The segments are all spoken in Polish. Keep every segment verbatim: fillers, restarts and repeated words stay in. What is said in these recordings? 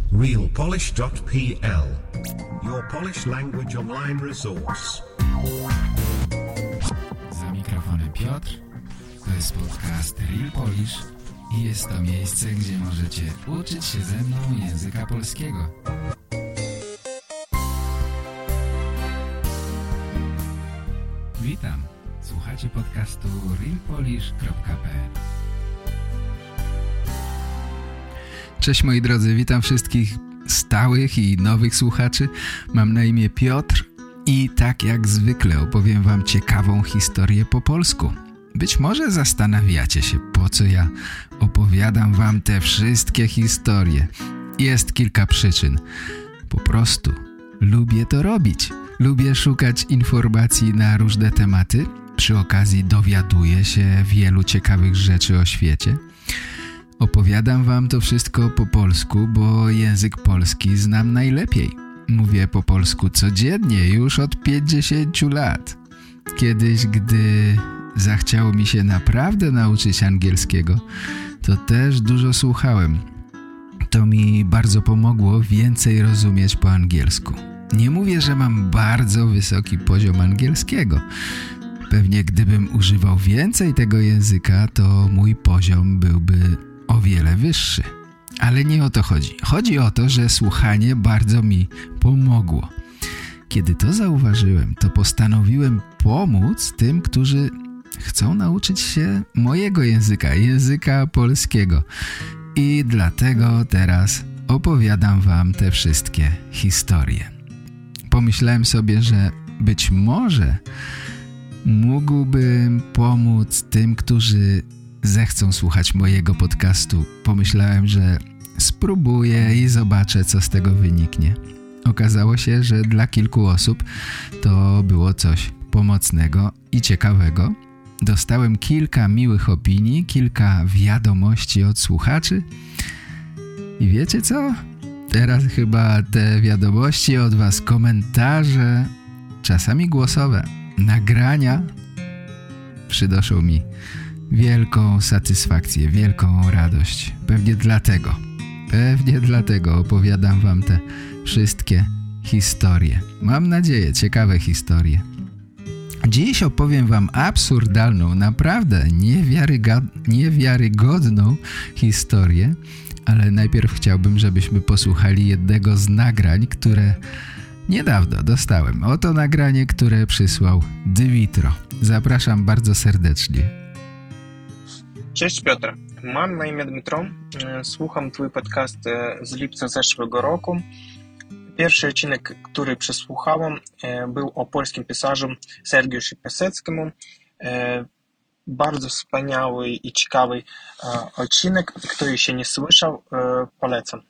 real polish dot p l, your Polish language online resource. Za mikrofonem Piotr, to jest podcast Real Polish i jest to miejsce, gdzie możecie uczyć się ze mną języka polskiego. Witam, słuchacie podcastu real polish kropka p l. Cześć moi drodzy, witam wszystkich stałych i nowych słuchaczy. Mam na imię Piotr i tak jak zwykle opowiem wam ciekawą historię po polsku. Być może zastanawiacie się, po co ja opowiadam wam te wszystkie historie. Jest kilka przyczyn. Po prostu lubię to robić. Lubię szukać informacji na różne tematy. Przy okazji dowiaduję się wielu ciekawych rzeczy o świecie. Opowiadam wam to wszystko po polsku, bo język polski znam najlepiej. Mówię po polsku codziennie już od pięćdziesięciu lat. Kiedyś, gdy zachciało mi się naprawdę nauczyć angielskiego, to też dużo słuchałem. To mi bardzo pomogło więcej rozumieć po angielsku. Nie mówię, że mam bardzo wysoki poziom angielskiego. Pewnie gdybym używał więcej tego języka, to mój poziom byłby o wiele wyższy. Ale nie o to chodzi. Chodzi o to, że słuchanie bardzo mi pomogło. Kiedy to zauważyłem, to postanowiłem pomóc tym, którzy chcą nauczyć się mojego języka, języka polskiego. I dlatego teraz opowiadam wam te wszystkie historie. Pomyślałem sobie, że być może mógłbym pomóc tym, którzy zechcą słuchać mojego podcastu. Pomyślałem, że spróbuję i zobaczę, co z tego wyniknie. Okazało się, że dla kilku osób to było coś pomocnego i ciekawego. Dostałem kilka miłych opinii, kilka wiadomości od słuchaczy. I wiecie co? Teraz chyba te wiadomości od was, komentarze, czasami głosowe, nagrania przynoszą mi wielką satysfakcję, wielką radość. Pewnie dlatego, pewnie dlatego opowiadam wam te wszystkie historie. Mam nadzieję, ciekawe historie. Dziś opowiem wam absurdalną, naprawdę niewiarygodną historię, ale najpierw chciałbym, żebyśmy posłuchali jednego z nagrań, które niedawno dostałem. Oto nagranie, które przysłał Dmitro. Zapraszam bardzo serdecznie. Cześć Piotr, mam na imię Dmitro, słucham twój podcast z lipca zeszłego roku. Pierwszy odcinek, który przesłuchałem, był o polskim pisarzu Sergiuszu Piaseckiemu. Bardzo wspaniały i ciekawy odcinek, który się nie słyszał, polecam.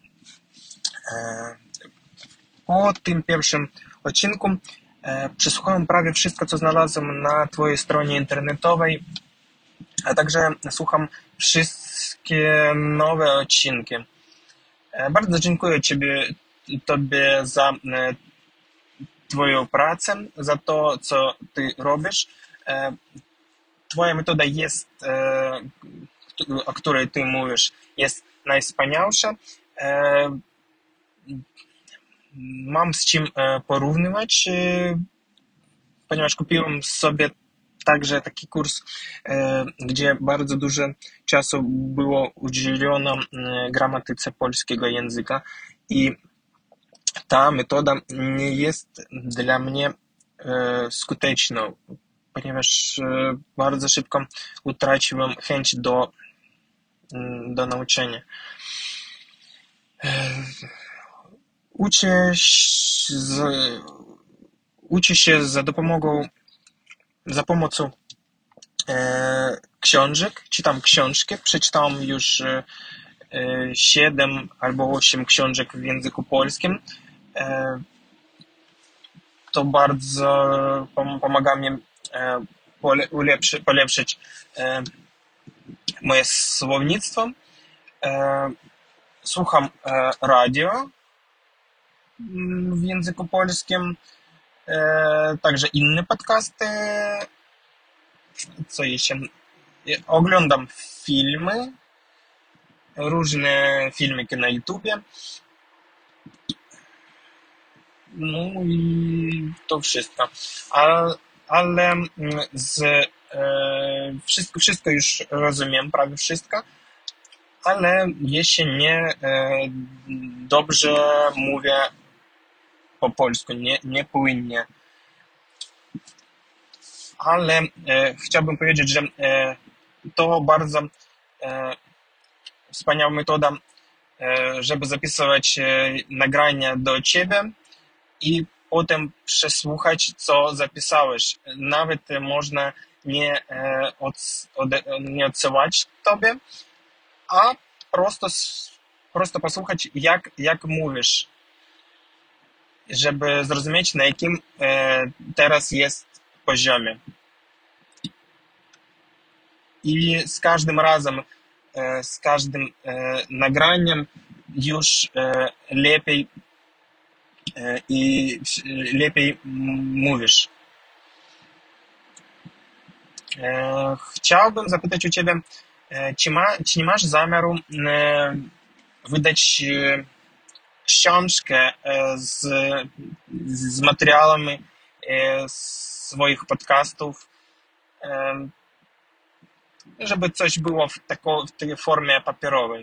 Po tym pierwszym odcinku przesłuchałem prawie wszystko, co znalazłem na twojej stronie internetowej, a także słucham wszystkie nowe odcinki. Bardzo dziękuję Ciebie, Tobie za Twoją pracę, za to, co Ty robisz. Twoja metoda jest, o której Ty mówisz, jest najwspanialsza. Mam z czym porównywać, ponieważ kupiłem sobie także taki kurs, gdzie bardzo dużo czasu było udzielone gramatyce polskiego języka i ta metoda nie jest dla mnie skuteczna, ponieważ bardzo szybko utraciłem chęć do, do nauczenia. Uczę, z, uczę się za dopomogą za pomocą e, książek, czytam książki, przeczytałem już e, siedem albo osiem książek w języku polskim. E, to bardzo pom pomaga mi e, pole ulepszy polepszyć e, moje słownictwo. E, słucham e, radio w języku polskim. E, także inne podcasty, co jeszcze, oglądam filmy, różne filmiki na YouTubie, No i to wszystko. Ale, ale z, e, wszystko, wszystko już rozumiem, prawie wszystko, ale jeszcze nie e, dobrze mówię po polsku, nie, nie płynnie. Ale e, chciałbym powiedzieć, że e, to bardzo e, wspaniała metoda, e, żeby zapisywać e, nagrania do ciebie i potem przesłuchać, co zapisałeś. Nawet można nie, e, od, od, nie odsyłać tobie, a prosto, prosto posłuchać, jak, jak mówisz, żeby zrozumieć, na jakim e, teraz jest poziomie. I z każdym razem, e, z każdym e, nagraniem już e, lepiej e, i lepiej mówisz. E, chciałbym zapytać u ciebie, e, czy, ma, czy nie masz zamiaru e, wydać e, książkę e, z, z materiałami e, swoich podcastów, e, żeby coś było w, tako, w tej formie papierowej.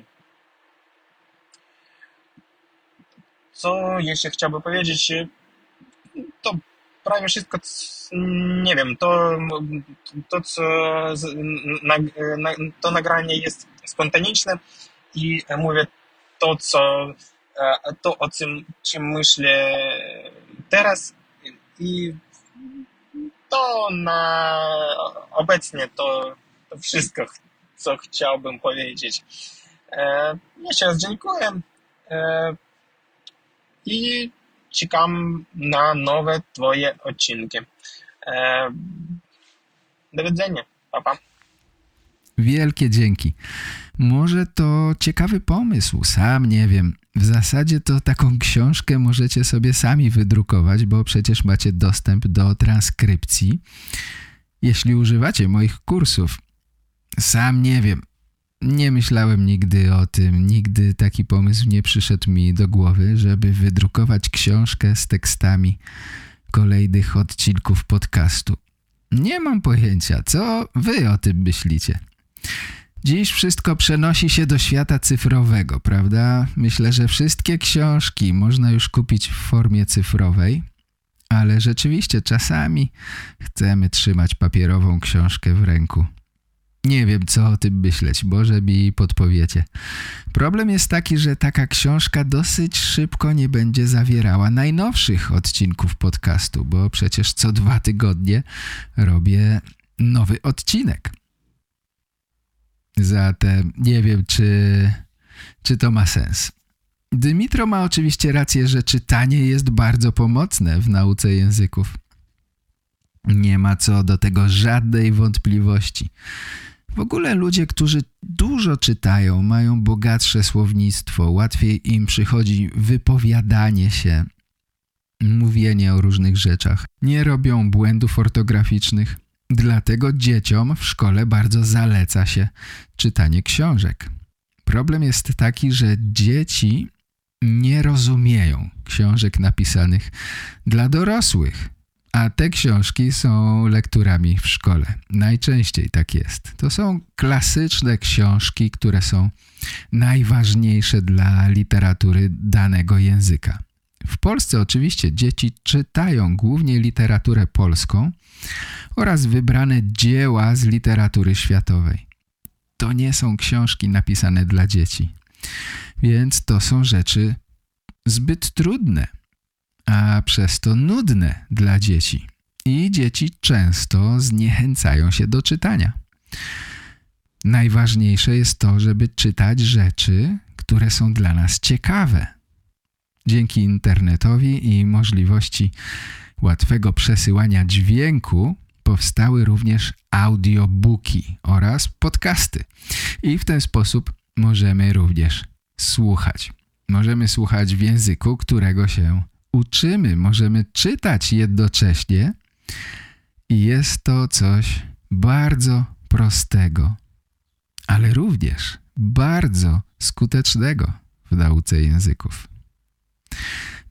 Co jeszcze chciałbym powiedzieć, to prawie wszystko, nie wiem, to, to co na, na, to nagranie jest spontaniczne i mówię to, co to, o czym, czym myślę teraz i to na obecnie to, to wszystko, co chciałbym powiedzieć. E, jeszcze raz dziękuję e, i czekam na nowe twoje odcinki. E, do widzenia. Pa, pa. Wielkie dzięki. Może to ciekawy pomysł, sam nie wiem. W zasadzie to taką książkę możecie sobie sami wydrukować, bo przecież macie dostęp do transkrypcji, jeśli używacie moich kursów. Sam nie wiem. Nie myślałem nigdy o tym, nigdy taki pomysł nie przyszedł mi do głowy, żeby wydrukować książkę z tekstami kolejnych odcinków podcastu. Nie mam pojęcia, co wy o tym myślicie. Dziś wszystko przenosi się do świata cyfrowego, prawda? Myślę, że wszystkie książki można już kupić w formie cyfrowej, ale rzeczywiście czasami chcemy trzymać papierową książkę w ręku. Nie wiem, co o tym myśleć, może mi podpowiecie. Problem jest taki, że taka książka dosyć szybko nie będzie zawierała najnowszych odcinków podcastu, bo przecież co dwa tygodnie robię nowy odcinek. Zatem nie wiem, czy, czy to ma sens. Dymitro ma oczywiście rację, że czytanie jest bardzo pomocne w nauce języków. Nie ma co do tego żadnej wątpliwości. W ogóle ludzie, którzy dużo czytają, mają bogatsze słownictwo, łatwiej im przychodzi wypowiadanie się, mówienie o różnych rzeczach. Nie robią błędów ortograficznych. Dlatego dzieciom w szkole bardzo zaleca się czytanie książek. Problem jest taki, że dzieci nie rozumieją książek napisanych dla dorosłych, a te książki są lekturami w szkole. Najczęściej tak jest. To są klasyczne książki, które są najważniejsze dla literatury danego języka. W Polsce oczywiście dzieci czytają głównie literaturę polską oraz wybrane dzieła z literatury światowej. To nie są książki napisane dla dzieci, więc to są rzeczy zbyt trudne, a przez to nudne dla dzieci. I dzieci często zniechęcają się do czytania. Najważniejsze jest to, żeby czytać rzeczy, które są dla nas ciekawe. Dzięki internetowi i możliwości łatwego przesyłania dźwięku powstały również audiobooki oraz podcasty. I w ten sposób możemy również słuchać. Możemy słuchać w języku, którego się uczymy. Możemy czytać jednocześnie i jest to coś bardzo prostego, ale również bardzo skutecznego w nauce języków.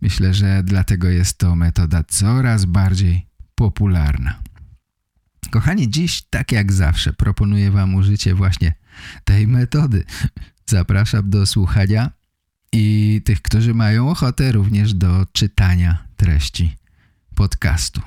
Myślę, że dlatego jest to metoda coraz bardziej popularna. Kochani, dziś, tak jak zawsze, proponuję wam użycie właśnie tej metody. Zapraszam do słuchania i tych, którzy mają ochotę, również do czytania treści podcastu.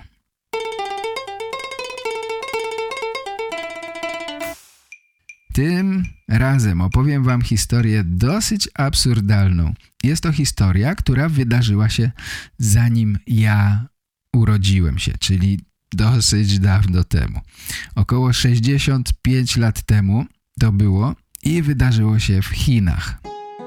Tym razem opowiem wam historię dosyć absurdalną. Jest to historia, która wydarzyła się zanim ja urodziłem się, czyli dosyć dawno temu. Około sześćdziesiąt pięć lat temu to było i wydarzyło się w Chinach.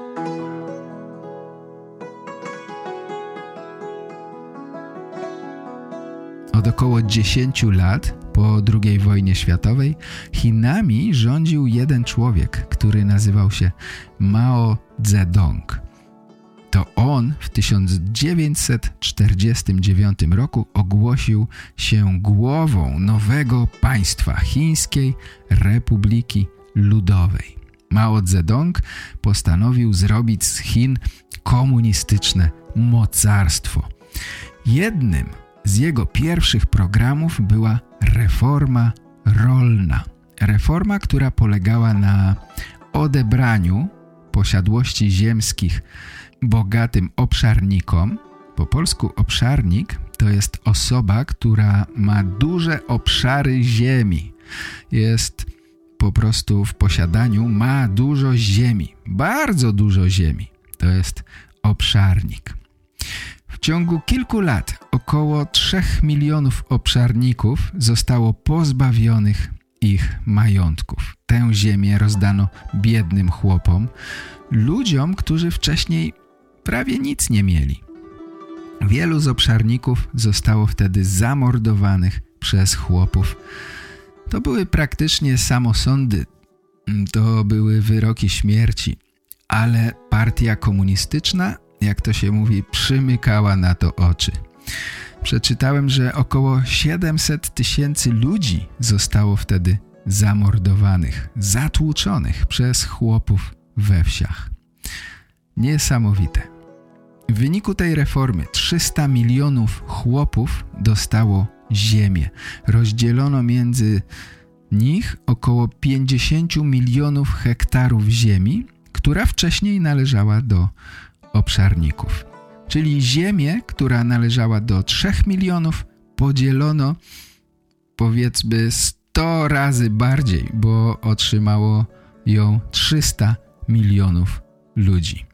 Od około dziesięciu lat po drugiej wojnie światowej Chinami rządził jeden człowiek, który nazywał się Mao Zedong. To on w tysiąc dziewięćset czterdziestym dziewiątym roku ogłosił się głową nowego państwa Chińskiej Republiki Ludowej. Mao Zedong postanowił zrobić z Chin komunistyczne mocarstwo. Jednym z jego pierwszych programów była reforma rolna. Reforma, która polegała na odebraniu posiadłości ziemskich bogatym obszarnikom. Po polsku obszarnik to jest osoba, która ma duże obszary ziemi. Jest po prostu w posiadaniu, ma dużo ziemi. Bardzo dużo ziemi. To jest obszarnik. W ciągu kilku lat około trzech milionów obszarników zostało pozbawionych ich majątków. Tę ziemię rozdano biednym chłopom, ludziom, którzy wcześniej prawie nic nie mieli. Wielu z obszarników zostało wtedy zamordowanych przez chłopów. To były praktycznie samosądy, to były wyroki śmierci, ale partia komunistyczna, jak to się mówi, przymykała na to oczy. Przeczytałem, że około siedemset tysięcy ludzi zostało wtedy zamordowanych, zatłuczonych przez chłopów we wsiach. Niesamowite. W wyniku tej reformy trzysta milionów chłopów dostało ziemię. Rozdzielono między nich około pięćdziesiąt milionów hektarów ziemi, która wcześniej należała do obszarników. Czyli ziemię, która należała do trzech milionów, podzielono powiedzmy sto razy bardziej, bo otrzymało ją trzysta milionów ludzi.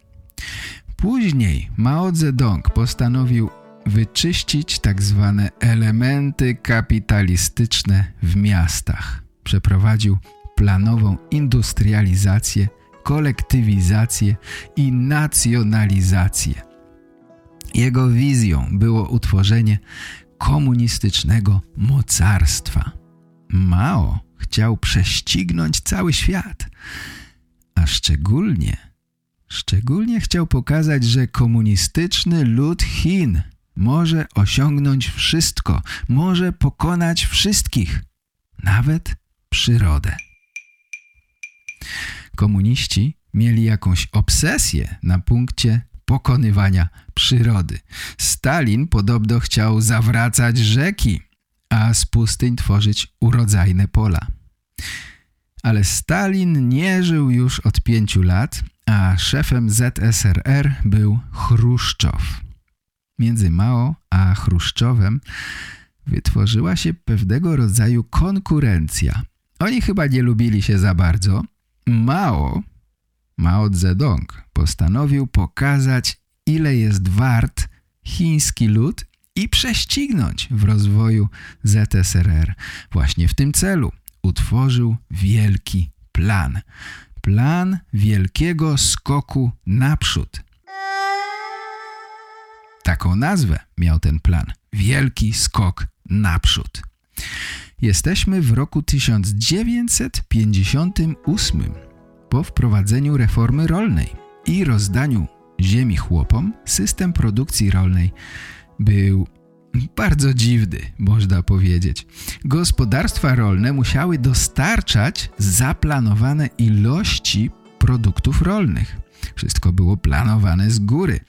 Później Mao Zedong postanowił wyczyścić tak zwane elementy kapitalistyczne w miastach. Przeprowadził planową industrializację, kolektywizację i nacjonalizację. Jego wizją było utworzenie komunistycznego mocarstwa. Mao chciał prześcignąć cały świat, a szczególnie, szczególnie chciał pokazać, że komunistyczny lud Chin może osiągnąć wszystko, może pokonać wszystkich, nawet przyrodę. Komuniści mieli jakąś obsesję na punkcie pokonywania przyrody. Stalin podobno chciał zawracać rzeki, a z pustyń tworzyć urodzajne pola. Ale Stalin nie żył już od pięciu lat, a szefem Z S R R był Chruszczow. Między Mao a Chruszczowem wytworzyła się pewnego rodzaju konkurencja. Oni chyba nie lubili się za bardzo. Mao, Mao Zedong postanowił pokazać, ile jest wart chiński lud i prześcignąć w rozwoju Z S R R. Właśnie w tym celu utworzył wielki plan. Plan wielkiego skoku naprzód. Taką nazwę miał ten plan. Wielki skok naprzód. Jesteśmy w roku tysiąc dziewięćset pięćdziesiątym ósmym. Po wprowadzeniu reformy rolnej i rozdaniu ziemi chłopom, system produkcji rolnej był bardzo dziwny, można powiedzieć. Gospodarstwa rolne musiały dostarczać zaplanowane ilości produktów rolnych. Wszystko było planowane z góry.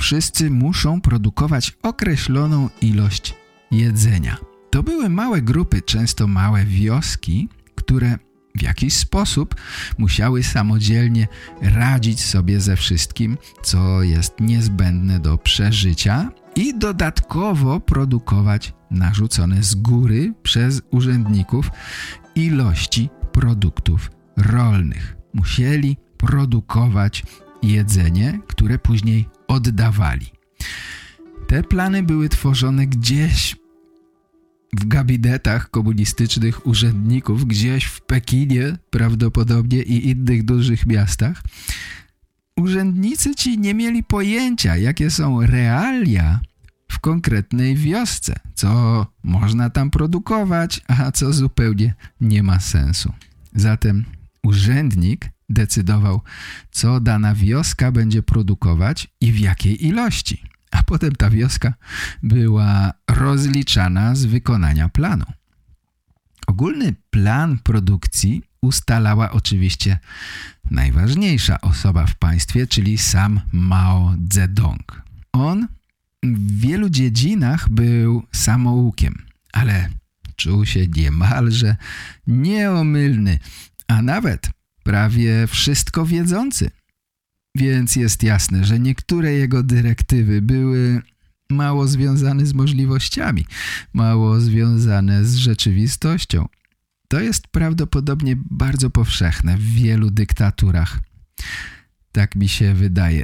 wszyscy muszą produkować określoną ilość jedzenia. To były małe grupy, często małe wioski, które w jakiś sposób musiały samodzielnie radzić sobie ze wszystkim, co jest niezbędne do przeżycia i dodatkowo produkować narzucone z góry przez urzędników ilości produktów rolnych. Musieli produkować jedzenie, które później oddawali. Te plany były tworzone gdzieś w gabinetach komunistycznych urzędników, gdzieś w Pekinie prawdopodobnie i innych dużych miastach. Urzędnicy ci nie mieli pojęcia, jakie są realia w konkretnej wiosce, co można tam produkować, a co zupełnie nie ma sensu. Zatem urzędnik decydował, co dana wioska będzie produkować i w jakiej ilości. A potem ta wioska była rozliczana z wykonania planu. Ogólny plan produkcji ustalała oczywiście najważniejsza osoba w państwie, czyli sam Mao Zedong. On w wielu dziedzinach był samoukiem, ale czuł się niemalże nieomylny, a nawet prawie wszystko wiedzący. Więc jest jasne, że niektóre jego dyrektywy były mało związane z możliwościami, mało związane z rzeczywistością. To jest prawdopodobnie bardzo powszechne w wielu dyktaturach. Tak mi się wydaje.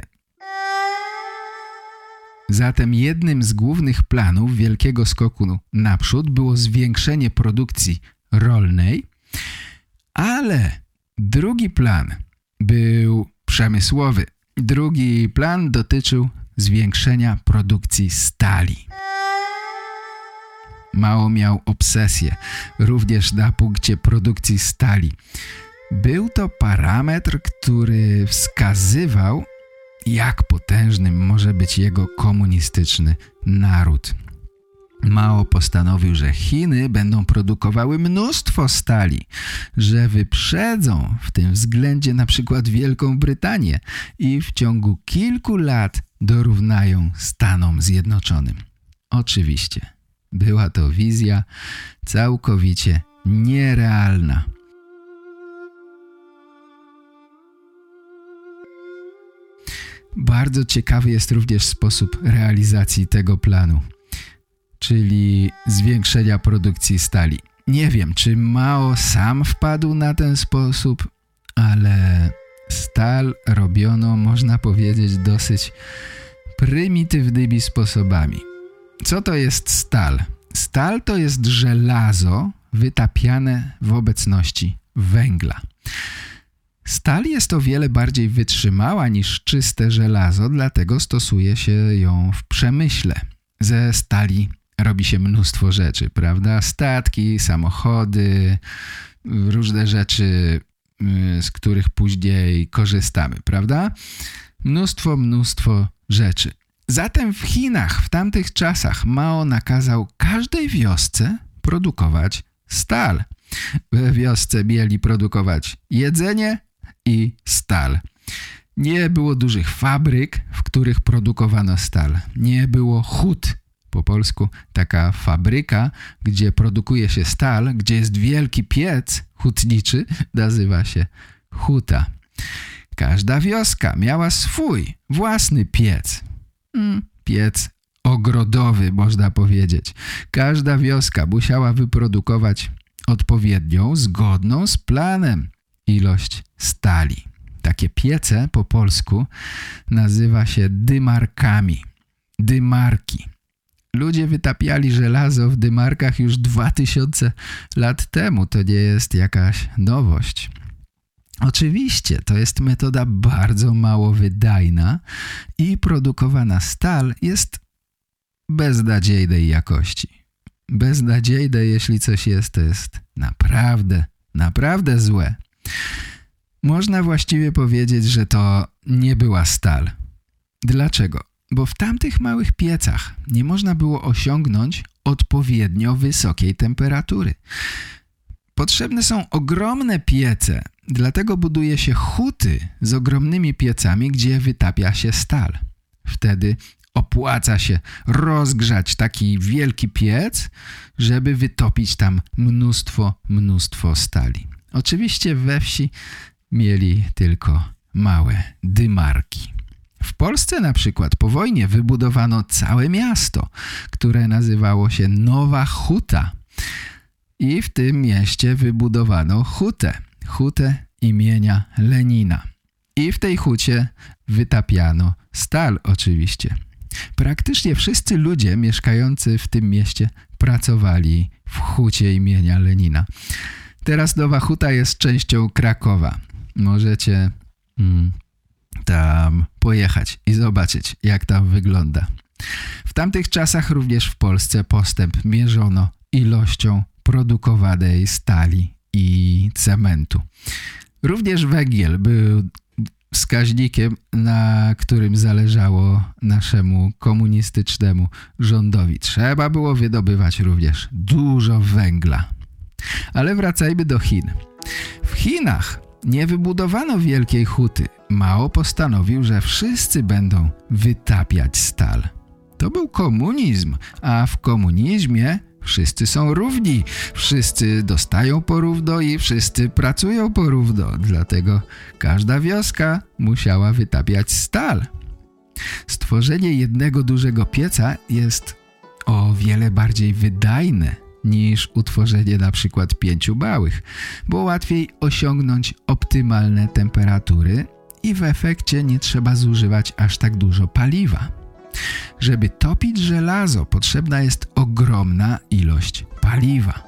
Zatem jednym z głównych planów wielkiego skoku naprzód było zwiększenie produkcji rolnej, ale drugi plan był przemysłowy. Drugi plan dotyczył zwiększenia produkcji stali. Mao miał obsesję również na punkcie produkcji stali. Był to parametr, który wskazywał, jak potężnym może być jego komunistyczny naród. Mao postanowił, że Chiny będą produkowały mnóstwo stali, że wyprzedzą w tym względzie na przykład Wielką Brytanię i w ciągu kilku lat dorównają Stanom Zjednoczonym. Oczywiście była to wizja całkowicie nierealna. Bardzo ciekawy jest również sposób realizacji tego planu, czyli zwiększenia produkcji stali. Nie wiem, czy Mao sam wpadł na ten sposób, ale stal robiono, można powiedzieć, dosyć prymitywnymi sposobami. Co to jest stal? Stal to jest żelazo wytapiane w obecności węgla. Stal jest o wiele bardziej wytrzymała niż czyste żelazo, dlatego stosuje się ją w przemyśle. Ze stali robi się mnóstwo rzeczy, prawda? Statki, samochody, różne rzeczy, z których później korzystamy, prawda? Mnóstwo, mnóstwo rzeczy. Zatem w Chinach w tamtych czasach Mao nakazał każdej wiosce produkować stal. We wiosce mieli produkować jedzenie i stal. Nie było dużych fabryk, w których produkowano stal. Nie było hut. Po polsku taka fabryka, gdzie produkuje się stal, gdzie jest wielki piec hutniczy, nazywa się huta. Każda wioska miała swój własny piec. Hmm, piec ogrodowy, można powiedzieć. Każda wioska musiała wyprodukować odpowiednią, zgodną z planem ilość stali. Takie piece po polsku nazywa się dymarkami. Dymarki. Ludzie wytapiali żelazo w dymarkach już dwa tysiące lat temu. To nie jest jakaś nowość. Oczywiście to jest metoda bardzo mało wydajna i produkowana stal jest beznadziejnej jakości. Beznadziejne, jeśli coś jest, to jest naprawdę, naprawdę złe. Można właściwie powiedzieć, że to nie była stal. Dlaczego? Bo w tamtych małych piecach nie można było osiągnąć odpowiednio wysokiej temperatury. Potrzebne są ogromne piece, dlatego buduje się huty z ogromnymi piecami, gdzie wytapia się stal. W wtedy opłaca się rozgrzać taki wielki piec, żeby wytopić tam mnóstwo, mnóstwo stali. Oczywiście we wsi mieli tylko małe dymarki. W Polsce na przykład po wojnie wybudowano całe miasto, które nazywało się Nowa Huta. I w tym mieście wybudowano hutę, hutę imienia Lenina. I w tej hucie wytapiano stal oczywiście. Praktycznie wszyscy ludzie mieszkający w tym mieście pracowali w hucie imienia Lenina. Teraz Nowa Huta jest częścią Krakowa. Możecie hmm, tam pojechać i zobaczyć, jak tam wygląda. W tamtych czasach również w Polsce postęp mierzono ilością produkowanej stali i cementu. Również węgiel był wskaźnikiem, na którym zależało naszemu komunistycznemu rządowi. Trzeba było wydobywać również dużo węgla. Ale wracajmy do Chin. W Chinach nie wybudowano wielkiej huty. Mao postanowił, że wszyscy będą wytapiać stal. To był komunizm, a w komunizmie wszyscy są równi, wszyscy dostają porówno i wszyscy pracują porówno. Dlatego każda wioska musiała wytapiać stal. Stworzenie jednego dużego pieca jest o wiele bardziej wydajne niż utworzenie na przykład pięciu małych, bo łatwiej osiągnąć optymalne temperatury i w efekcie nie trzeba zużywać aż tak dużo paliwa. Żeby topić żelazo, potrzebna jest ogromna ilość paliwa.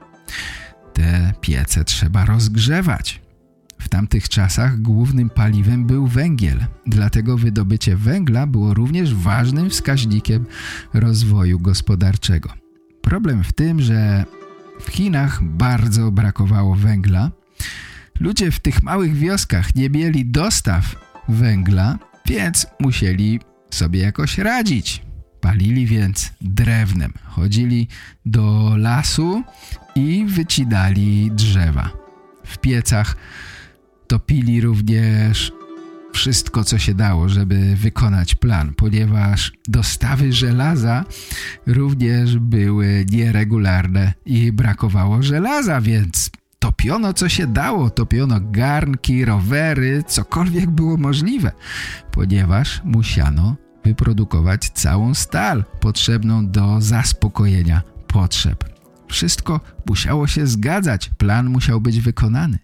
Te piece trzeba rozgrzewać. W tamtych czasach głównym paliwem był węgiel, dlatego wydobycie węgla było również ważnym wskaźnikiem rozwoju gospodarczego. Problem w tym, że w Chinach bardzo brakowało węgla. Ludzie w tych małych wioskach nie mieli dostaw węgla, więc musieli sobie jakoś radzić. Palili więc drewnem. Chodzili do lasu i wycinali drzewa. W piecach topili również wszystko, co się dało, żeby wykonać plan, ponieważ dostawy żelaza również były nieregularne i brakowało żelaza, więc topiono co się dało, topiono garnki, rowery, cokolwiek było możliwe, ponieważ musiano wyprodukować całą stal potrzebną do zaspokojenia potrzeb. Wszystko musiało się zgadzać, plan musiał być wykonany.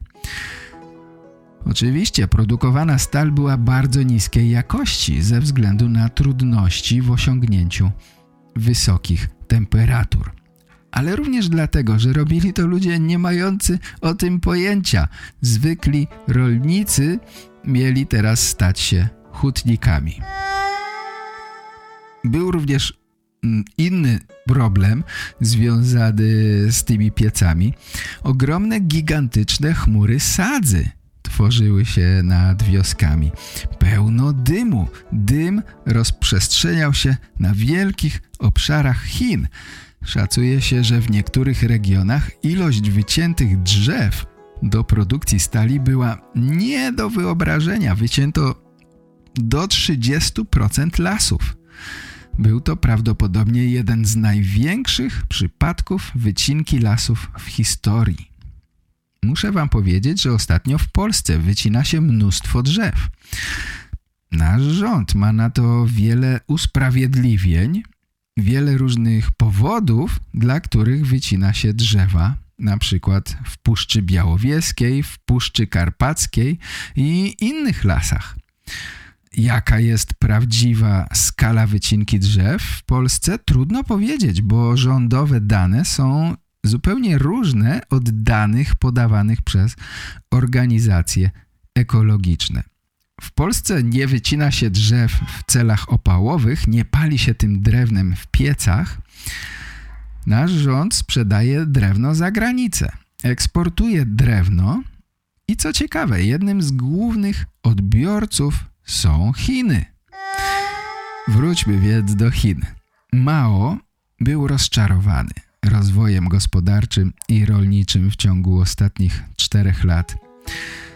Oczywiście produkowana stal była bardzo niskiej jakości ze względu na trudności w osiągnięciu wysokich temperatur. Ale również dlatego, że robili to ludzie nie mający o tym pojęcia. Zwykli rolnicy mieli teraz stać się hutnikami. Był również inny problem związany z tymi piecami. Ogromne, gigantyczne chmury sadzy tworzyły się nad wioskami. Pełno dymu. Dym rozprzestrzeniał się na wielkich obszarach Chin. Szacuje się, że w niektórych regionach ilość wyciętych drzew do produkcji stali była nie do wyobrażenia. Wycięto do trzydziestu procent lasów. Był to prawdopodobnie jeden z największych przypadków wycinki lasów w historii. Muszę wam powiedzieć, że ostatnio w Polsce wycina się mnóstwo drzew. Nasz rząd ma na to wiele usprawiedliwień, wiele różnych powodów, dla których wycina się drzewa, na przykład w Puszczy Białowieskiej, w Puszczy Karpackiej i innych lasach. Jaka jest prawdziwa skala wycinki drzew w Polsce? Trudno powiedzieć, bo rządowe dane są zupełnie różne od danych podawanych przez organizacje ekologiczne. W Polsce nie wycina się drzew w celach opałowych, nie pali się tym drewnem w piecach. Nasz rząd sprzedaje drewno za granicę, eksportuje drewno i co ciekawe, jednym z głównych odbiorców są Chiny. Wróćmy więc do Chin. Mao był rozczarowany rozwojem gospodarczym i rolniczym w ciągu ostatnich czterech lat.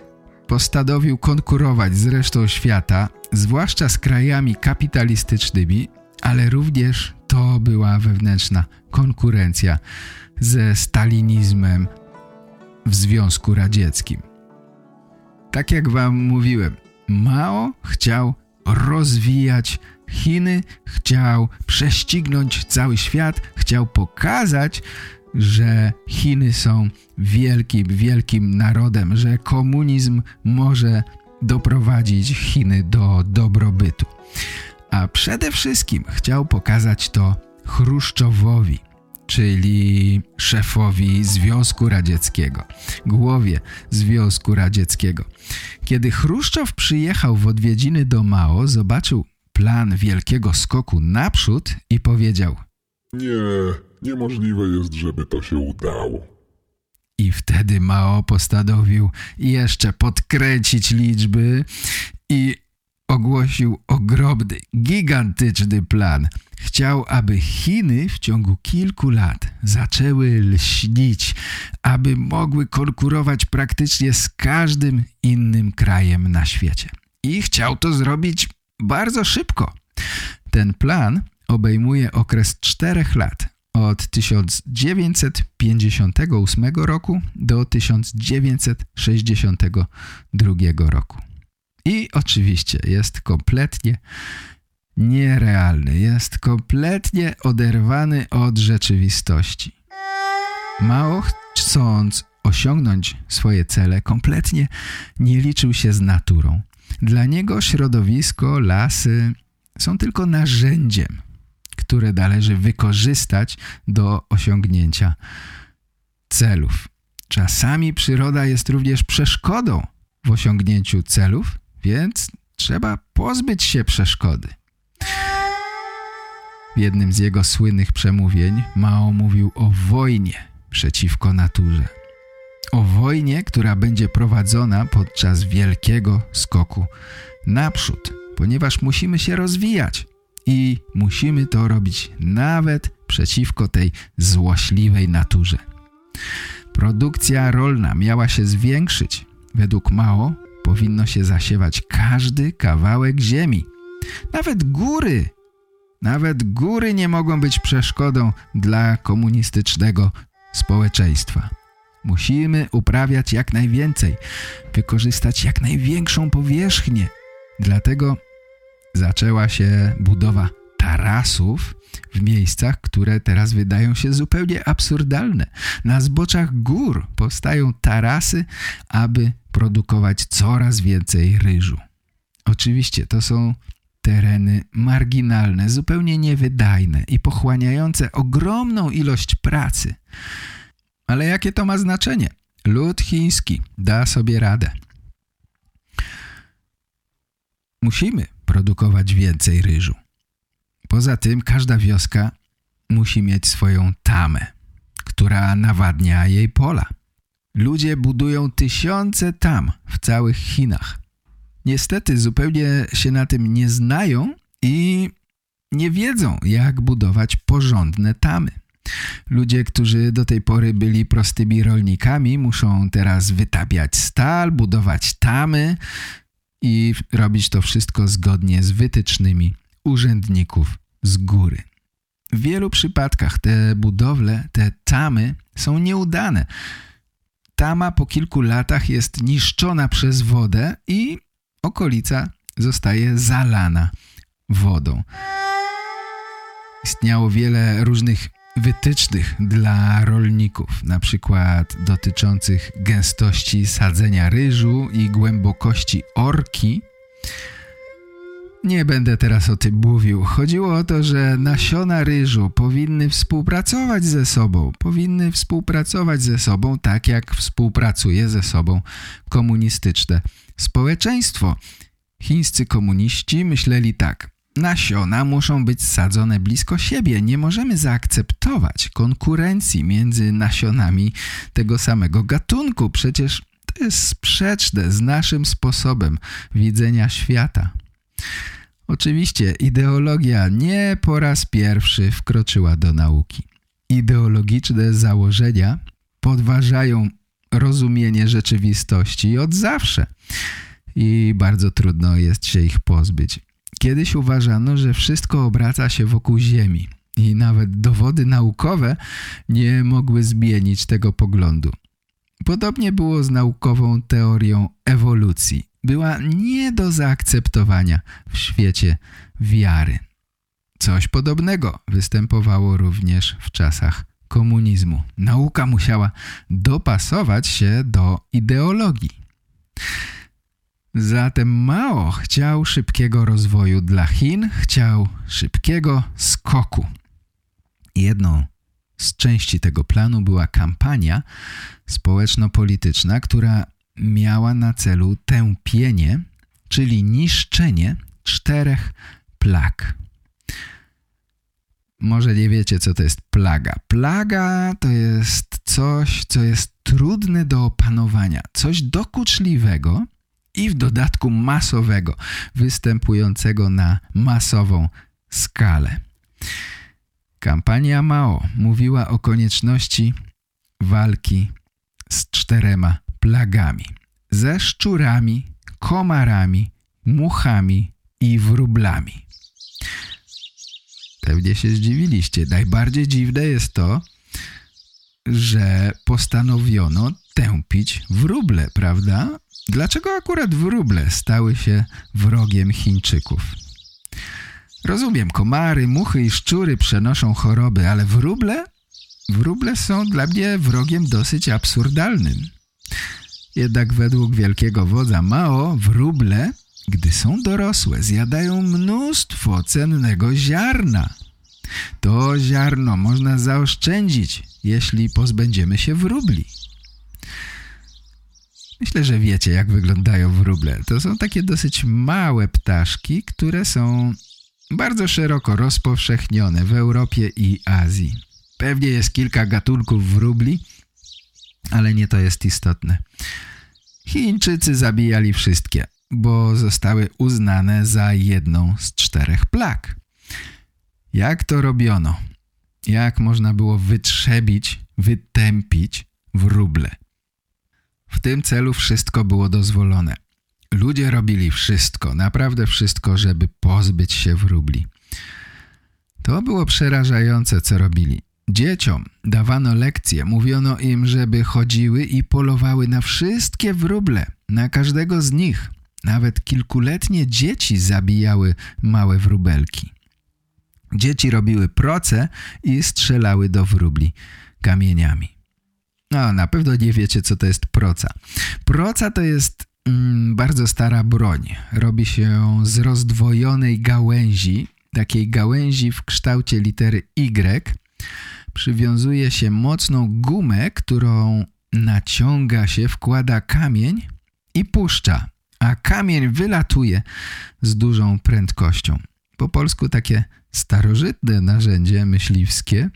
postanowił konkurować z resztą świata, zwłaszcza z krajami kapitalistycznymi, ale również to była wewnętrzna konkurencja ze stalinizmem w Związku Radzieckim. Tak jak wam mówiłem, Mao chciał rozwijać Chiny, chciał prześcignąć cały świat, chciał pokazać, że Chiny są wielkim, wielkim narodem, że komunizm może doprowadzić Chiny do dobrobytu. A przede wszystkim chciał pokazać to Chruszczowowi, czyli szefowi Związku Radzieckiego, głowie Związku Radzieckiego. Kiedy Chruszczow przyjechał w odwiedziny do Mao, zobaczył plan wielkiego skoku naprzód i powiedział: Nie, niemożliwe jest, żeby to się udało. I wtedy Mao postanowił jeszcze podkręcić liczby i ogłosił ogromny, gigantyczny plan. Chciał, aby Chiny w ciągu kilku lat zaczęły lśnić, aby mogły konkurować praktycznie z każdym innym krajem na świecie. I chciał to zrobić bardzo szybko. Ten plan obejmuje okres czterech lat, od tysiąc dziewięćset pięćdziesiątego ósmego roku do tysiąc dziewięćset sześćdziesiątego drugiego roku. I oczywiście jest kompletnie nierealny, jest kompletnie oderwany od rzeczywistości. Mao, chcąc osiągnąć swoje cele, kompletnie nie liczył się z naturą. Dla niego środowisko, lasy są tylko narzędziem, które należy wykorzystać do osiągnięcia celów. Czasami przyroda jest również przeszkodą w osiągnięciu celów, więc trzeba pozbyć się przeszkody. W jednym z jego słynnych przemówień Mao mówił o wojnie przeciwko naturze. O wojnie, która będzie prowadzona podczas wielkiego skoku naprzód, ponieważ musimy się rozwijać i musimy to robić nawet przeciwko tej złośliwej naturze. Produkcja rolna miała się zwiększyć. Według Mao powinno się zasiewać każdy kawałek ziemi. Nawet góry, nawet góry nie mogą być przeszkodą dla komunistycznego społeczeństwa. Musimy uprawiać jak najwięcej, wykorzystać jak największą powierzchnię. Dlatego zaczęła się budowa tarasów w miejscach, które teraz wydają się zupełnie absurdalne. Na zboczach gór powstają tarasy, aby produkować coraz więcej ryżu. Oczywiście to są tereny marginalne, zupełnie niewydajne i pochłaniające ogromną ilość pracy. Ale jakie to ma znaczenie? Lud chiński da sobie radę. Musimy produkować więcej ryżu. Poza tym każda wioska musi mieć swoją tamę, która nawadnia jej pola. Ludzie budują tysiące tam w całych Chinach. Niestety zupełnie się na tym nie znają i nie wiedzą, jak budować porządne tamy. Ludzie, którzy do tej pory byli prostymi rolnikami, muszą teraz wytapiać stal, budować tamy i robić to wszystko zgodnie z wytycznymi urzędników z góry. W wielu przypadkach te budowle, te tamy są nieudane. Tama po kilku latach jest niszczona przez wodę i okolica zostaje zalana wodą. Istniało wiele różnych wytycznych dla rolników, na przykład dotyczących gęstości sadzenia ryżu i głębokości orki. Nie będę teraz o tym mówił. Chodziło o to, że nasiona ryżu powinny współpracować ze sobą. Powinny współpracować ze sobą tak, jak współpracuje ze sobą komunistyczne społeczeństwo. Chińscy komuniści myśleli tak. Nasiona muszą być sadzone blisko siebie. Nie możemy zaakceptować konkurencji między nasionami tego samego gatunku. Przecież to jest sprzeczne z naszym sposobem widzenia świata. Oczywiście ideologia nie po raz pierwszy wkroczyła do nauki. Ideologiczne założenia podważają rozumienie rzeczywistości od zawsze i bardzo trudno jest się ich pozbyć. Kiedyś uważano, że wszystko obraca się wokół Ziemi i nawet dowody naukowe nie mogły zmienić tego poglądu. Podobnie było z naukową teorią ewolucji. Była nie do zaakceptowania w świecie wiary. Coś podobnego występowało również w czasach komunizmu. Nauka musiała dopasować się do ideologii. Zatem Mao chciał szybkiego rozwoju dla Chin, chciał szybkiego skoku. Jedną z części tego planu była kampania społeczno-polityczna, która miała na celu tępienie, czyli niszczenie czterech plag. Może nie wiecie, co to jest plaga. Plaga to jest coś, co jest trudne do opanowania, coś dokuczliwego i w dodatku masowego, występującego na masową skalę. Kampania Mao mówiła o konieczności walki z czterema plagami. Ze szczurami, komarami, muchami i wróblami. Pewnie się zdziwiliście. Najbardziej dziwne jest to, że postanowiono tępić wróble, prawda? Dlaczego akurat wróble stały się wrogiem Chińczyków? Rozumiem, komary, muchy i szczury przenoszą choroby, ale wróble? Wróble są dla mnie wrogiem dosyć absurdalnym. Jednak według wielkiego wodza Mao wróble, gdy są dorosłe, zjadają mnóstwo cennego ziarna. To ziarno można zaoszczędzić, jeśli pozbędziemy się wróbli. Myślę, że wiecie, jak wyglądają wróble. To są takie dosyć małe ptaszki, które są bardzo szeroko rozpowszechnione w Europie i Azji. Pewnie jest kilka gatunków wróbli, ale nie to jest istotne. Chińczycy zabijali wszystkie, bo zostały uznane za jedną z czterech plag. Jak to robiono? Jak można było wytrzebić, wytępić wróble? W tym celu wszystko było dozwolone. Ludzie robili wszystko, naprawdę wszystko, żeby pozbyć się wróbli. To było przerażające, co robili. Dzieciom dawano lekcje, mówiono im, żeby chodziły i polowały na wszystkie wróble, na każdego z nich. Nawet kilkuletnie dzieci zabijały małe wróbelki. Dzieci robiły proce i strzelały do wróbli kamieniami. No, na pewno nie wiecie, co to jest proca. Proca to jest mm, bardzo stara broń. Robi się ją z rozdwojonej gałęzi, takiej gałęzi w kształcie litery Y. Przywiązuje się mocną gumę, którą naciąga się, wkłada kamień i puszcza, a kamień wylatuje z dużą prędkością. Po polsku takie starożytne narzędzie myśliwskie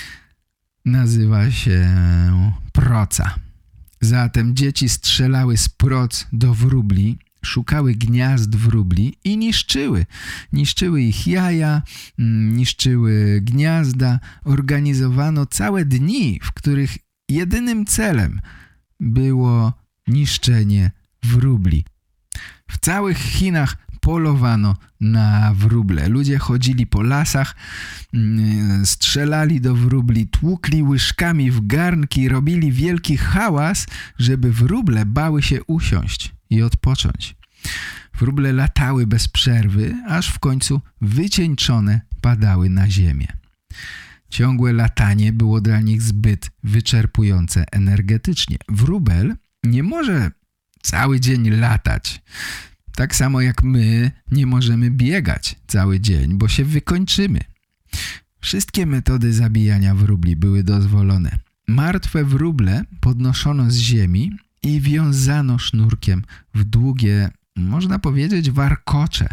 nazywa się proca. Zatem dzieci strzelały z proc do wróbli, szukały gniazd wróbli i niszczyły. Niszczyły ich jaja, niszczyły gniazda. Organizowano całe dni, w których jedynym celem było niszczenie wróbli. W całych Chinach polowano na wróble. Ludzie chodzili po lasach, strzelali do wróbli, tłukli łyżkami w garnki, robili wielki hałas, żeby wróble bały się usiąść i odpocząć. Wróble latały bez przerwy, aż w końcu wycieńczone padały na ziemię. Ciągłe latanie było dla nich zbyt wyczerpujące energetycznie. Wróbel nie może cały dzień latać. Tak samo jak my nie możemy biegać cały dzień, bo się wykończymy. Wszystkie metody zabijania wróbli były dozwolone. Martwe wróble podnoszono z ziemi i wiązano sznurkiem w długie, można powiedzieć, warkocze.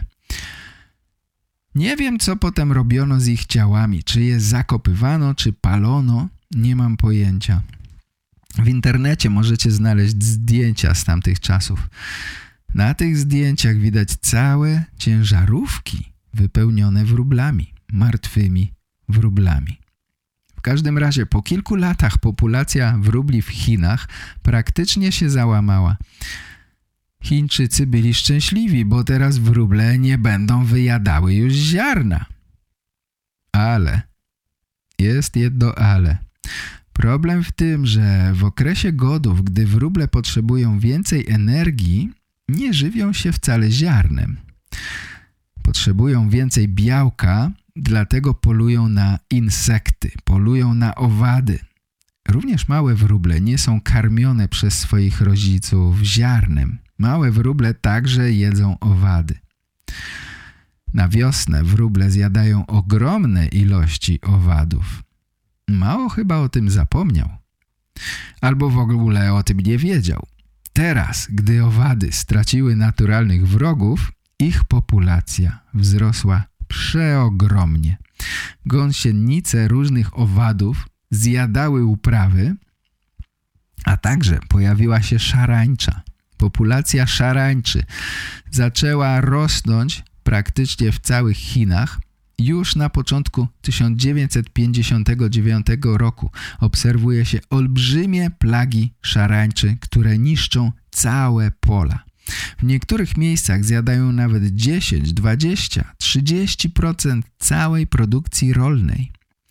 Nie wiem, co potem robiono z ich ciałami. Czy je zakopywano, czy palono, nie mam pojęcia. W internecie możecie znaleźć zdjęcia z tamtych czasów. Na tych zdjęciach widać całe ciężarówki wypełnione wróblami, martwymi wróblami. W każdym razie po kilku latach populacja wróbli w Chinach praktycznie się załamała. Chińczycy byli szczęśliwi, bo teraz wróble nie będą wyjadały już ziarna. Ale, jest jedno ale. Problem w tym, że w okresie godów, gdy wróble potrzebują więcej energii, nie żywią się wcale ziarnem. Potrzebują więcej białka, dlatego polują na insekty, polują na owady. Również małe wróble nie są karmione przez swoich rodziców ziarnem. Małe wróble także jedzą owady. Na wiosnę wróble zjadają ogromne ilości owadów. Mało chyba o tym zapomniał. Albo w ogóle o tym nie wiedział. Teraz, gdy owady straciły naturalnych wrogów, ich populacja wzrosła przeogromnie. Gąsienice różnych owadów zjadały uprawy, a także pojawiła się szarańcza. Populacja szarańczy zaczęła rosnąć praktycznie w całych Chinach. Już na początku tysiąc dziewięćset pięćdziesiątego dziewiątego roku obserwuje się olbrzymie plagi szarańczy, które niszczą całe pola. W niektórych miejscach zjadają nawet dziesięć, dwadzieścia, trzydzieści procent całej produkcji rolnej.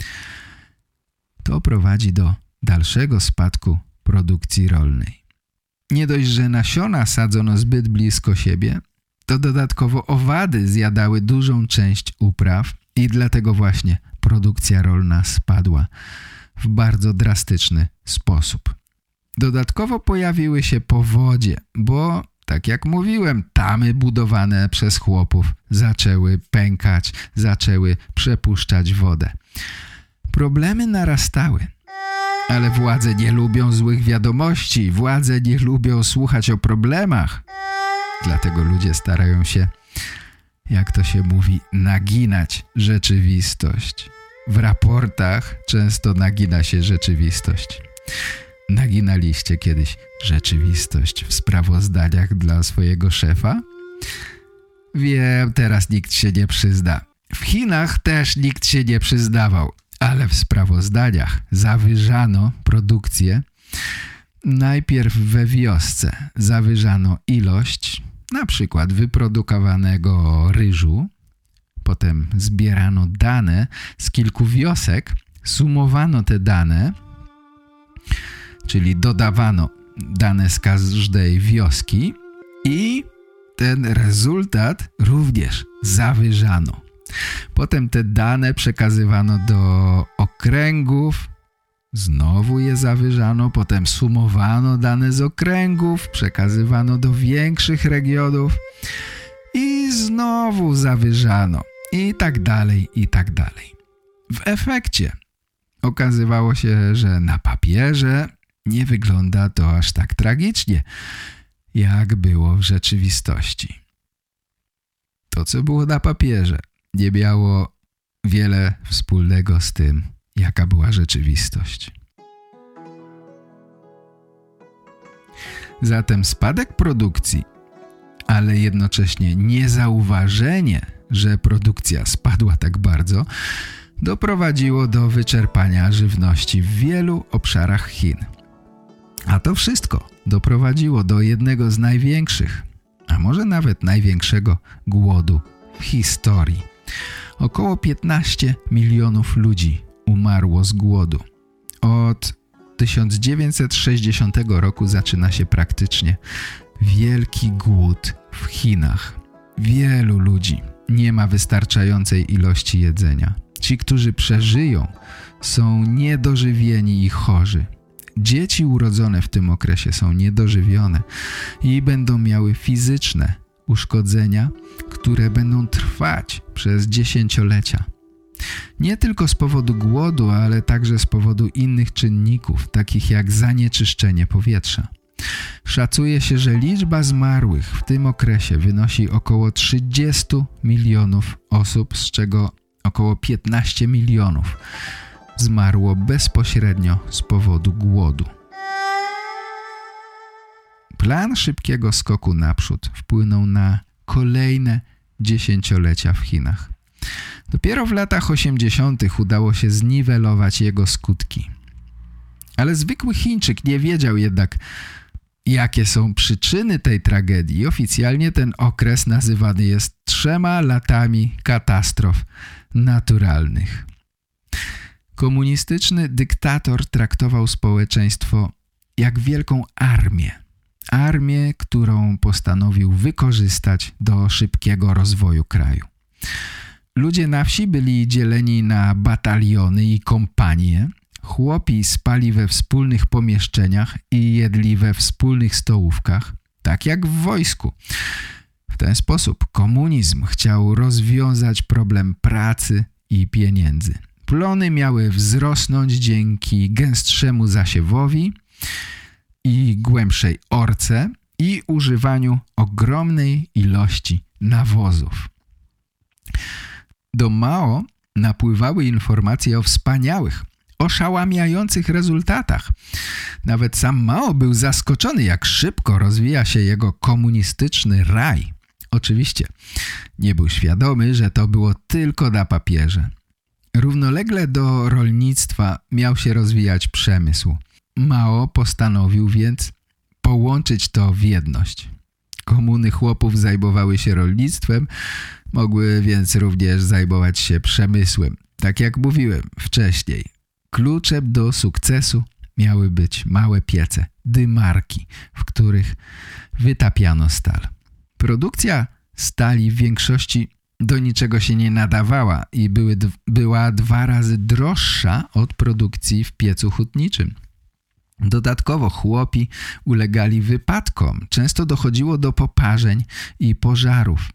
To prowadzi do dalszego spadku produkcji rolnej. Nie dość, że nasiona sadzono zbyt blisko siebie, to dodatkowo owady zjadały dużą część upraw i dlatego właśnie produkcja rolna spadła w bardzo drastyczny sposób. Dodatkowo pojawiły się powodzie, bo tak jak mówiłem, tamy budowane przez chłopów zaczęły pękać, zaczęły przepuszczać wodę. Problemy narastały, ale władze nie lubią złych wiadomości, władze nie lubią słuchać o problemach. Dlatego ludzie starają się, jak to się mówi, naginać rzeczywistość. W raportach często nagina się rzeczywistość. Naginaliście kiedyś rzeczywistość w sprawozdaniach dla swojego szefa? Wiem, teraz nikt się nie przyzna. W Chinach też nikt się nie przyznawał, ale w sprawozdaniach zawyżano produkcję. Najpierw we wiosce zawyżano ilość, na przykład wyprodukowanego ryżu, potem zbierano dane z kilku wiosek, sumowano te dane, czyli dodawano dane z każdej wioski i ten rezultat również zawyżano. Potem te dane przekazywano do okręgów, znowu je zawyżano, potem sumowano dane z okręgów, przekazywano do większych regionów i znowu zawyżano i tak dalej, i tak dalej. W efekcie okazywało się, że na papierze nie wygląda to aż tak tragicznie, jak było w rzeczywistości. To, co było na papierze, nie miało wiele wspólnego z tym, jaka była rzeczywistość. Zatem spadek produkcji, ale jednocześnie niezauważenie, że produkcja spadła tak bardzo, doprowadziło do wyczerpania żywności w wielu obszarach Chin. A to wszystko doprowadziło do jednego z największych, a może nawet największego głodu w historii. Około piętnaście milionów ludzi umarło z głodu. Od tysiąc dziewięćset sześćdziesiątego roku zaczyna się praktycznie wielki głód w Chinach. Wielu ludzi nie ma wystarczającej ilości jedzenia. Ci, którzy przeżyją, są niedożywieni i chorzy. Dzieci urodzone w tym okresie są niedożywione i będą miały fizyczne uszkodzenia, które będą trwać przez dziesięciolecia. Nie tylko z powodu głodu, ale także z powodu innych czynników, takich jak zanieczyszczenie powietrza. Szacuje się, że liczba zmarłych w tym okresie wynosi około trzydzieści milionów osób, z czego około piętnaście milionów zmarło bezpośrednio z powodu głodu. Plan szybkiego skoku naprzód wpłynął na kolejne dziesięciolecia w Chinach. Dopiero w latach osiemdziesiątych udało się zniwelować jego skutki. Ale zwykły Chińczyk nie wiedział jednak, jakie są przyczyny tej tragedii. Oficjalnie ten okres nazywany jest trzema latami katastrof naturalnych. Komunistyczny dyktator traktował społeczeństwo jak wielką armię. Armię, którą postanowił wykorzystać do szybkiego rozwoju kraju. Ludzie na wsi byli dzieleni na bataliony i kompanie. Chłopi spali we wspólnych pomieszczeniach i jedli we wspólnych stołówkach, tak jak w wojsku. W ten sposób komunizm chciał rozwiązać problem pracy i pieniędzy. Plony miały wzrosnąć dzięki gęstszemu zasiewowi i głębszej orce i używaniu ogromnej ilości nawozów. Do Mao napływały informacje o wspaniałych, oszałamiających rezultatach. Nawet sam Mao był zaskoczony, jak szybko rozwija się jego komunistyczny raj. Oczywiście nie był świadomy, że to było tylko na papierze. Równolegle do rolnictwa miał się rozwijać przemysł. Mao postanowił więc połączyć to w jedność. Komuny chłopów zajmowały się rolnictwem, mogły więc również zajmować się przemysłem. Tak jak mówiłem wcześniej, kluczem do sukcesu miały być małe piece, dymarki, w których wytapiano stal. Produkcja stali w większości do niczego się nie nadawała i były, była dwa razy droższa od produkcji w piecu hutniczym. Dodatkowo chłopi ulegali wypadkom. Często dochodziło do poparzeń i pożarów.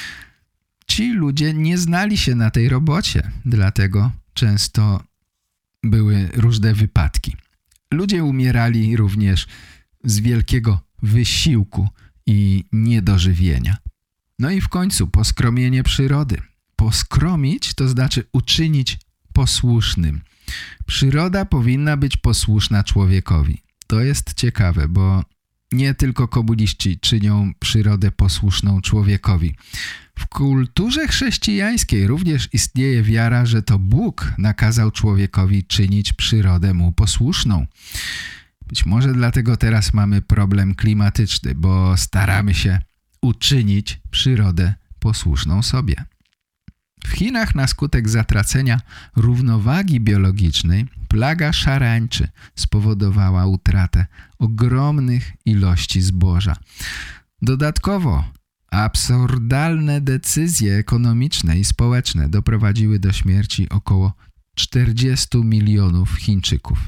Ci ludzie nie znali się na tej robocie, dlatego często były różne wypadki. Ludzie umierali również z wielkiego wysiłku i niedożywienia. No i w końcu poskromienie przyrody. Poskromić to znaczy uczynić posłusznym. Przyroda powinna być posłuszna człowiekowi. To jest ciekawe, bo nie tylko komuniści czynią przyrodę posłuszną człowiekowi. W kulturze chrześcijańskiej również istnieje wiara, że to Bóg nakazał człowiekowi czynić przyrodę mu posłuszną. Być może dlatego teraz mamy problem klimatyczny, bo staramy się uczynić przyrodę posłuszną sobie. W Chinach na skutek zatracenia równowagi biologicznej plaga szarańczy spowodowała utratę ogromnych ilości zboża. Dodatkowo absurdalne decyzje ekonomiczne i społeczne doprowadziły do śmierci około czterdziestu milionów Chińczyków.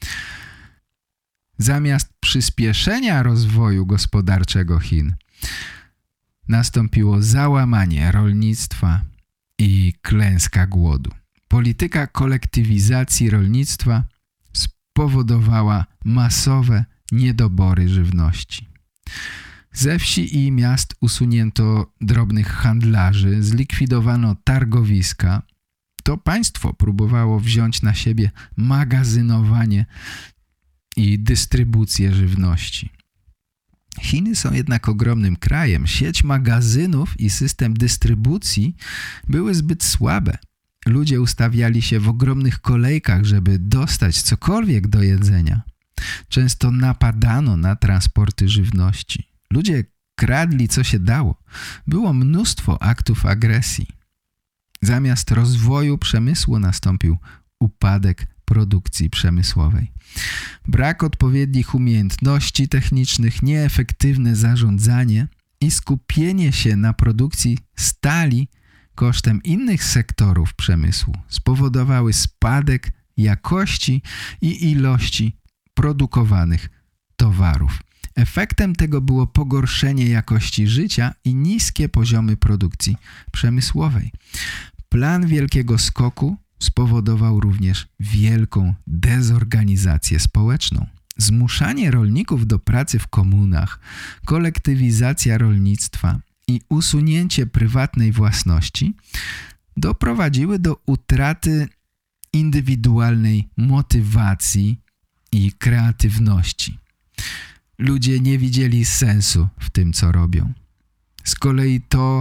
Zamiast przyspieszenia rozwoju gospodarczego Chin nastąpiło załamanie rolnictwa i klęska głodu. Polityka kolektywizacji rolnictwa spowodowała masowe niedobory żywności. Ze wsi i miast usunięto drobnych handlarzy, zlikwidowano targowiska. To państwo próbowało wziąć na siebie magazynowanie i dystrybucję żywności. Chiny są jednak ogromnym krajem. Sieć magazynów i system dystrybucji były zbyt słabe. Ludzie ustawiali się w ogromnych kolejkach, żeby dostać cokolwiek do jedzenia. Często napadano na transporty żywności. Ludzie kradli co się dało. Było mnóstwo aktów agresji. Zamiast rozwoju przemysłu nastąpił upadek produkcji przemysłowej. Brak odpowiednich umiejętności technicznych, nieefektywne zarządzanie i skupienie się na produkcji stali kosztem innych sektorów przemysłu spowodowały spadek jakości i ilości produkowanych towarów. Efektem tego było pogorszenie jakości życia i niskie poziomy produkcji przemysłowej. Plan wielkiego skoku spowodował również wielką dezorganizację społeczną. Zmuszanie rolników do pracy w komunach, kolektywizacja rolnictwa i usunięcie prywatnej własności doprowadziły do utraty indywidualnej motywacji i kreatywności. Ludzie nie widzieli sensu w tym, co robią. Z kolei to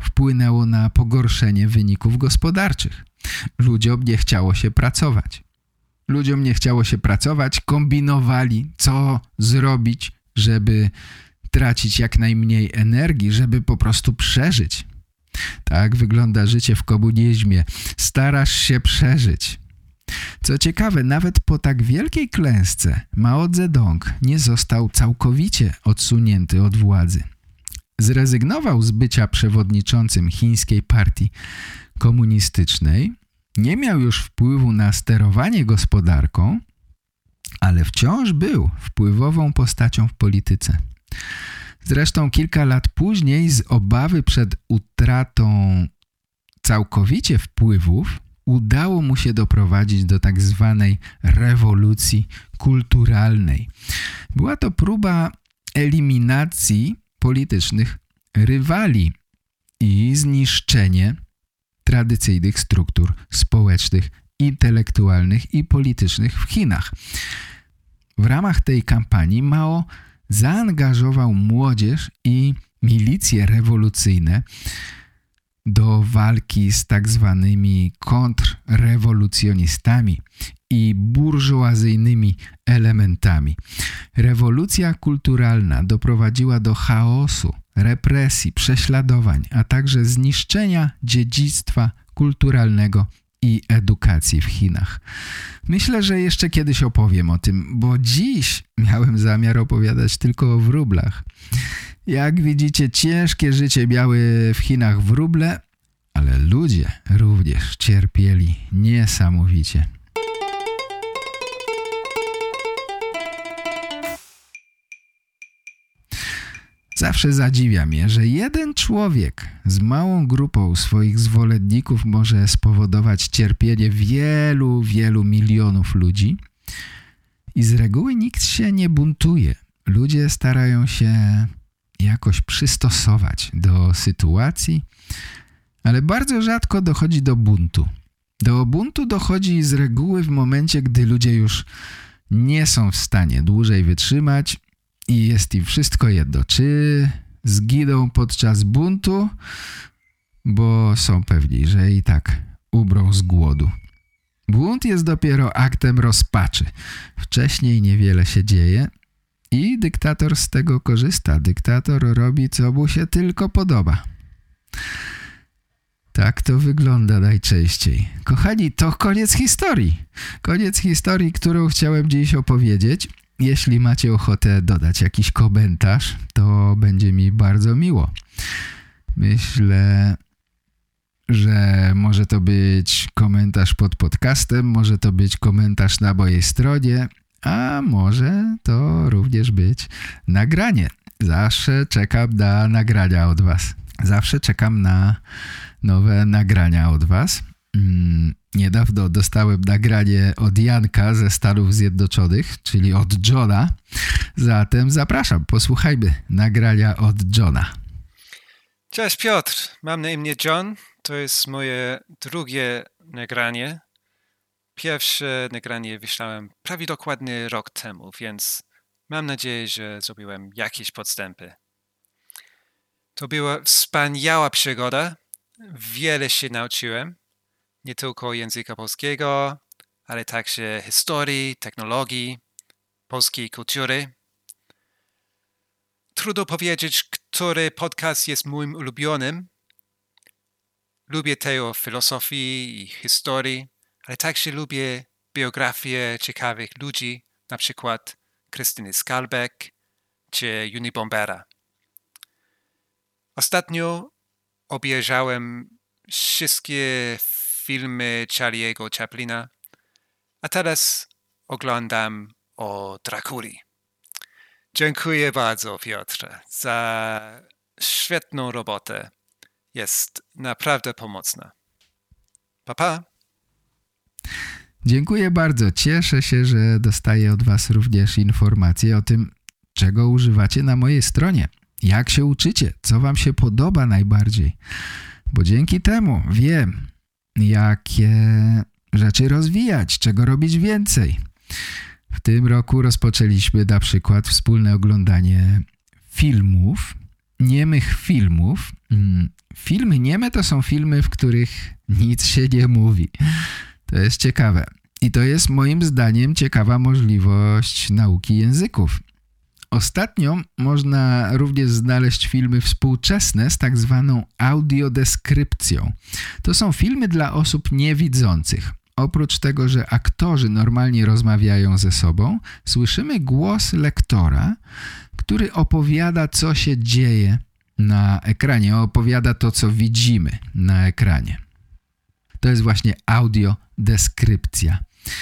wpłynęło na pogorszenie wyników gospodarczych. Ludziom nie chciało się pracować. Ludziom nie chciało się pracować, kombinowali, co zrobić, żeby tracić jak najmniej energii, żeby po prostu przeżyć. Tak wygląda życie w komunizmie. Starasz się przeżyć. Co ciekawe, nawet po tak wielkiej klęsce Mao Zedong nie został całkowicie odsunięty od władzy. Zrezygnował z bycia przewodniczącym chińskiej partii komunistycznej, nie miał już wpływu na sterowanie gospodarką, ale wciąż był wpływową postacią w polityce. Zresztą kilka lat później z obawy przed utratą całkowicie wpływów udało mu się doprowadzić do tak zwanej rewolucji kulturalnej. Była to próba eliminacji politycznych rywali i zniszczenie tradycyjnych struktur społecznych, intelektualnych i politycznych w Chinach. W ramach tej kampanii Mao zaangażował młodzież i milicje rewolucyjne do walki z tak zwanymi kontrrewolucjonistami i burżuazyjnymi elementami. Rewolucja kulturalna doprowadziła do chaosu, represji, prześladowań, a także zniszczenia dziedzictwa kulturalnego i edukacji w Chinach. Myślę, że jeszcze kiedyś opowiem o tym, bo dziś miałem zamiar opowiadać tylko o wróblach. Jak widzicie, ciężkie życie miały w Chinach wróble, ale ludzie również cierpieli niesamowicie. Zawsze zadziwia mnie, że jeden człowiek z małą grupą swoich zwolenników może spowodować cierpienie wielu, wielu milionów ludzi i z reguły nikt się nie buntuje. Ludzie starają się jakoś przystosować do sytuacji, ale bardzo rzadko dochodzi do buntu. Do buntu dochodzi z reguły w momencie, gdy ludzie już nie są w stanie dłużej wytrzymać i jest im wszystko jedno, czy zginą podczas buntu, bo są pewni, że i tak umrą z głodu. Bunt jest dopiero aktem rozpaczy. Wcześniej niewiele się dzieje i dyktator z tego korzysta. Dyktator robi, co mu się tylko podoba. Tak to wygląda najczęściej. Kochani, to koniec historii. Koniec historii, którą chciałem dziś opowiedzieć. Jeśli macie ochotę dodać jakiś komentarz, to będzie mi bardzo miło. Myślę, że może to być komentarz pod podcastem, może to być komentarz na mojej stronie, a może to również być nagranie. Zawsze czekam na nagrania od was. Zawsze czekam na nowe nagrania od was. Mm, niedawno dostałem nagranie od Janka ze Stanów Zjednoczonych, czyli od Johna. Zatem zapraszam, posłuchajmy nagrania od Johna. Cześć Piotr, mam na imię John. To jest moje drugie nagranie. Pierwsze nagranie wyślałem prawie dokładnie rok temu, więc mam nadzieję, że zrobiłem jakieś podstępy. To była wspaniała przygoda. Wiele się nauczyłem. Nie tylko języka polskiego, ale także historii, technologii, polskiej kultury. Trudno powiedzieć, który podcast jest moim ulubionym. Lubię te o filozofii i historii, ale także lubię biografie ciekawych ludzi, na przykład Krystyny Skalbeck czy Unibombera. Ostatnio obejrzałem wszystkie filmy Charlie'ego Chaplina, a teraz oglądam o Drakuli. Dziękuję bardzo, Piotrze, za świetną robotę. Jest naprawdę pomocna. Pa, pa. Dziękuję bardzo. Cieszę się, że dostaję od was również informacje o tym, czego używacie na mojej stronie. Jak się uczycie, co wam się podoba najbardziej. Bo dzięki temu wiem, jakie rzeczy rozwijać, czego robić więcej. W tym roku rozpoczęliśmy na przykład wspólne oglądanie filmów niemych filmów. Filmy nieme to są filmy, w których nic się nie mówi. To jest ciekawe. I to jest moim zdaniem ciekawa możliwość nauki języków. Ostatnio można również znaleźć filmy współczesne z tak zwaną audiodeskrypcją. To są filmy dla osób niewidzących. Oprócz tego, że aktorzy normalnie rozmawiają ze sobą, słyszymy głos lektora, który opowiada, co się dzieje na ekranie, opowiada to, co widzimy na ekranie. To jest właśnie audiodeskrypcja.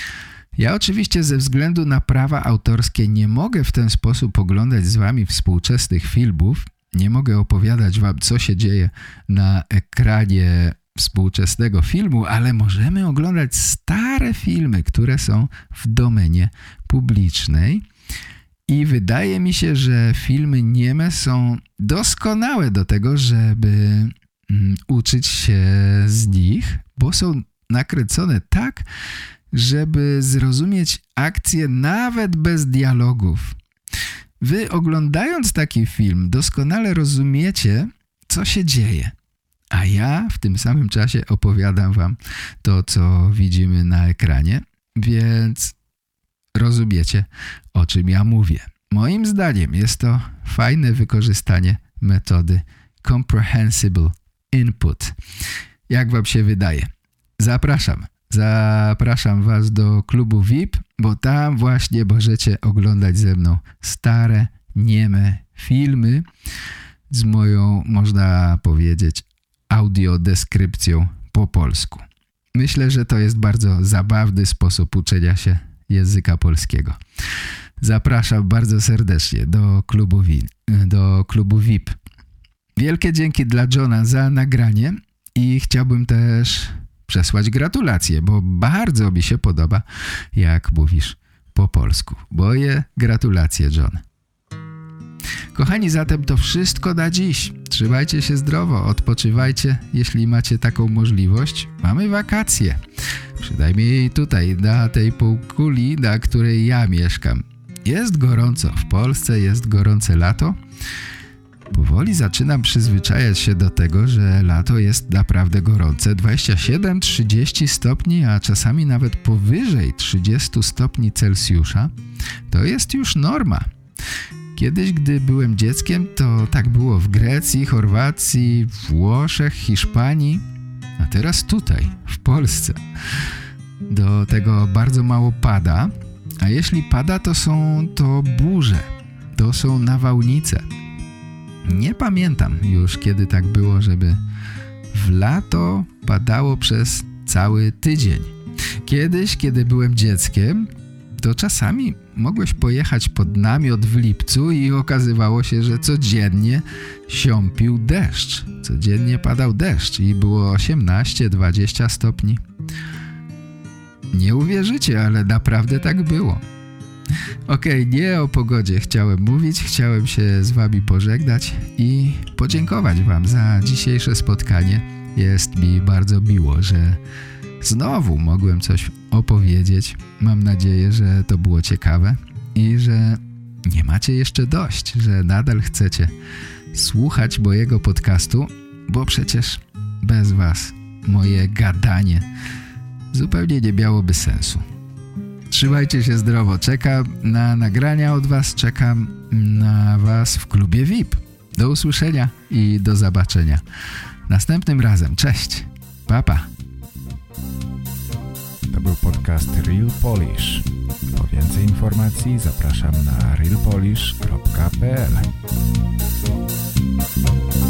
Ja oczywiście ze względu na prawa autorskie nie mogę w ten sposób oglądać z wami współczesnych filmów, nie mogę opowiadać wam, co się dzieje na ekranie współczesnego filmu, ale możemy oglądać stare filmy, które są w domenie publicznej i wydaje mi się, że filmy nieme są doskonałe do tego, żeby mm, uczyć się z nich, bo są nakręcone tak, żeby zrozumieć akcję nawet bez dialogów. Wy oglądając taki film doskonale rozumiecie, co się dzieje. A ja w tym samym czasie opowiadam wam to, co widzimy na ekranie, więc rozumiecie, o czym ja mówię. Moim zdaniem jest to fajne wykorzystanie metody Comprehensible Input. Jak wam się wydaje? Zapraszam. Zapraszam was do klubu V I P, bo tam właśnie możecie oglądać ze mną stare, nieme filmy z moją, można powiedzieć, audiodeskrypcją po polsku. Myślę, że to jest bardzo zabawny sposób uczenia się języka polskiego. Zapraszam bardzo serdecznie do klubu, do klubu V I P. Wielkie dzięki dla Johna za nagranie i chciałbym też przesłać gratulacje, bo bardzo mi się podoba, jak mówisz po polsku. Moje gratulacje, John. Kochani, zatem to wszystko na dziś. Trzymajcie się zdrowo, odpoczywajcie, jeśli macie taką możliwość. Mamy wakacje. Przynajmniej tutaj, na tej półkuli, na której ja mieszkam. Jest gorąco. W Polsce jest gorące lato. Powoli zaczynam przyzwyczajać się do tego, że lato jest naprawdę gorące. dwadzieścia siedem trzydzieści stopni, a czasami nawet powyżej trzydzieści stopni Celsjusza. To jest już norma. Kiedyś, gdy byłem dzieckiem, to tak było w Grecji, Chorwacji, Włoszech, Hiszpanii, a teraz tutaj, w Polsce. Do tego bardzo mało pada, a jeśli pada, to są to burze, to są nawałnice. Nie pamiętam już, kiedy tak było, żeby w lato padało przez cały tydzień. Kiedyś, kiedy byłem dzieckiem, to czasami mogłeś pojechać pod namiot w lipcu i okazywało się, że codziennie siąpił deszcz. Codziennie padał deszcz i było osiemnaście dwadzieścia stopni. Nie uwierzycie, ale naprawdę tak było. Okej, okay, nie o pogodzie chciałem mówić, chciałem się z wami pożegnać i podziękować wam za dzisiejsze spotkanie. Jest mi bardzo miło, że znowu mogłem coś opowiedzieć. Mam nadzieję, że to było ciekawe i że nie macie jeszcze dość, że nadal chcecie słuchać mojego podcastu, bo przecież bez was moje gadanie zupełnie nie miałoby sensu. Trzymajcie się zdrowo. Czekam na nagrania od was, czekam na was w klubie V I P. Do usłyszenia i do zobaczenia następnym razem. Cześć. Pa, pa. To był podcast Real Polish. Po więcej informacji zapraszam na real polish kropka p l.